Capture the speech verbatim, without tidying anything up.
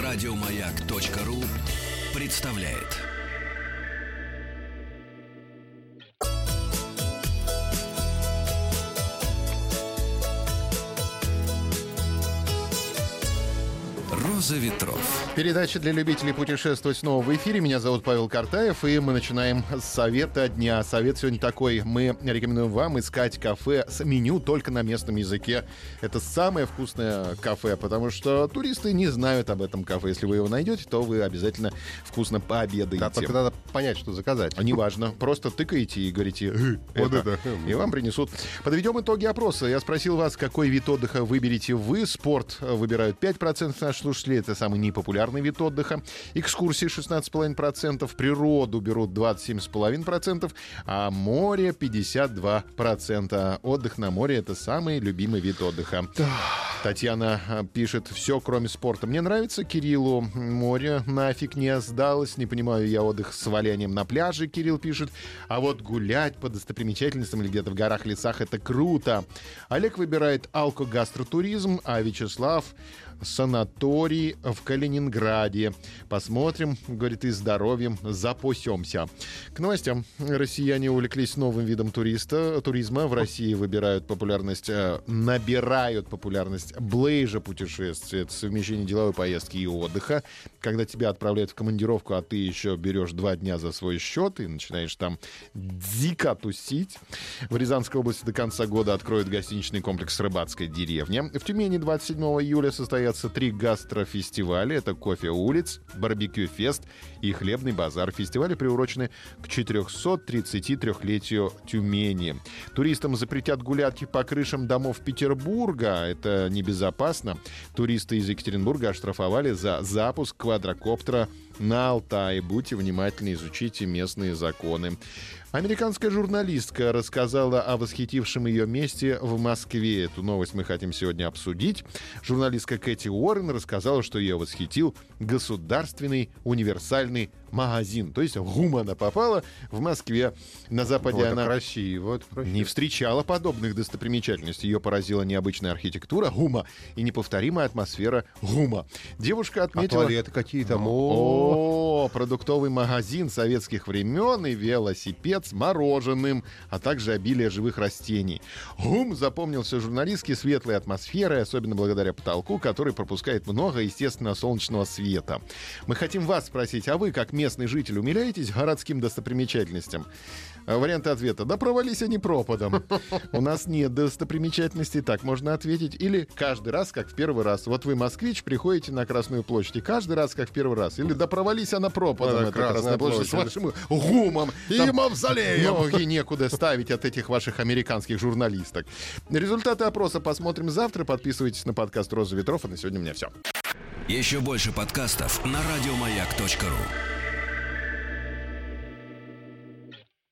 Радиомаяк.ру представляет. «Роза ветров». Передача для любителей путешествовать снова в эфире. Меня зовут Павел Картаев, и мы начинаем с совета дня. Совет сегодня такой. Мы рекомендуем вам искать кафе с меню только на местном языке. Это самое вкусное кафе, потому что туристы не знают об этом кафе. Если вы его найдете, то вы обязательно вкусно пообедаете. Да, только надо понять, что заказать. А неважно. Просто тыкаете и говорите «э, Вот это», это. и вам принесут. Подведем итоги опроса. Я спросил вас, какой вид отдыха выберете вы. Спорт выбирают пять процентов наших слушателей. Это самый непопулярный вид отдыха. Экскурсии шестнадцать целых пять десятых процента. Природу берут двадцать семь целых пять десятых процента. А море пятьдесят два процента. Отдых на море — это самый любимый вид отдыха. Татьяна пишет: все, кроме спорта. Мне нравится, Кириллу море нафиг не сдалось. Не понимаю я отдых с валянием на пляже, Кирилл пишет. А вот гулять по достопримечательностям или где-то в горах, лесах — это круто. Олег выбирает алкогастротуризм, а Вячеслав — санаторий в Калининграде. Посмотрим, говорит, и здоровьем запасемся. К новостям. Россияне увлеклись новым видом туриста, туризма. В России выбирают популярность, набирают популярность блейжа путешествия. Это совмещение деловой поездки и отдыха. Когда тебя отправляют в командировку, а ты еще берешь два дня за свой счет и начинаешь там дико тусить. В Рязанской области до конца года откроют гостиничный комплекс «Рыбацкая деревня». В Тюмени двадцать седьмого июля состоятся три гастрофестиваля. Это «Кофе улиц», «Барбекю-фест» и «Хлебный базар». Фестивали приурочены к четырехсотридцатитрёхлетию Тюмени. Туристам запретят гулятки по крышам домов Петербурга. Это небезопасно. Туристы из Екатеринбурга оштрафовали за запуск квадрокоптера на Алтае. Будьте внимательны, изучите местные законы. Американская журналистка рассказала о восхитившем ее месте в Москве. Эту новость мы хотим сегодня обсудить. Журналистка Кэти Уоррен рассказала, что ее восхитил государственный универсальный магазин. То есть в ГУМ она попала, в Москве. На Западе Вот она красиво, вот красиво. не встречала подобных достопримечательностей. Ее поразила необычная архитектура ГУМа и неповторимая атмосфера ГУМа. Девушка отметила... А туалеты какие там? О, продуктовый магазин советских времен и велосипед с мороженым, а также обилие живых растений. ГУМ запомнился журналистке светлой атмосферой, особенно благодаря потолку, который пропускает много естественного солнечного света. Мы хотим вас спросить, а вы, как местный житель, умиляетесь городским достопримечательностям? Варианты ответа: да провались они пропадом. У нас нет достопримечательностей, так можно ответить. Или каждый раз, как в первый раз. Вот вы, москвич, приходите на Красную площадь, и каждый раз, как в первый раз. Или да провались она пропадом, Да, эта Красная площадь, площадь. с вашим ГУМом. И Там мавзолеем. ноги некуда ставить от этих ваших американских журналисток. Результаты опроса посмотрим завтра. Подписывайтесь на подкаст «Роза ветров». А на сегодня у меня все. Еще больше подкастов на радиомаяк точка ру.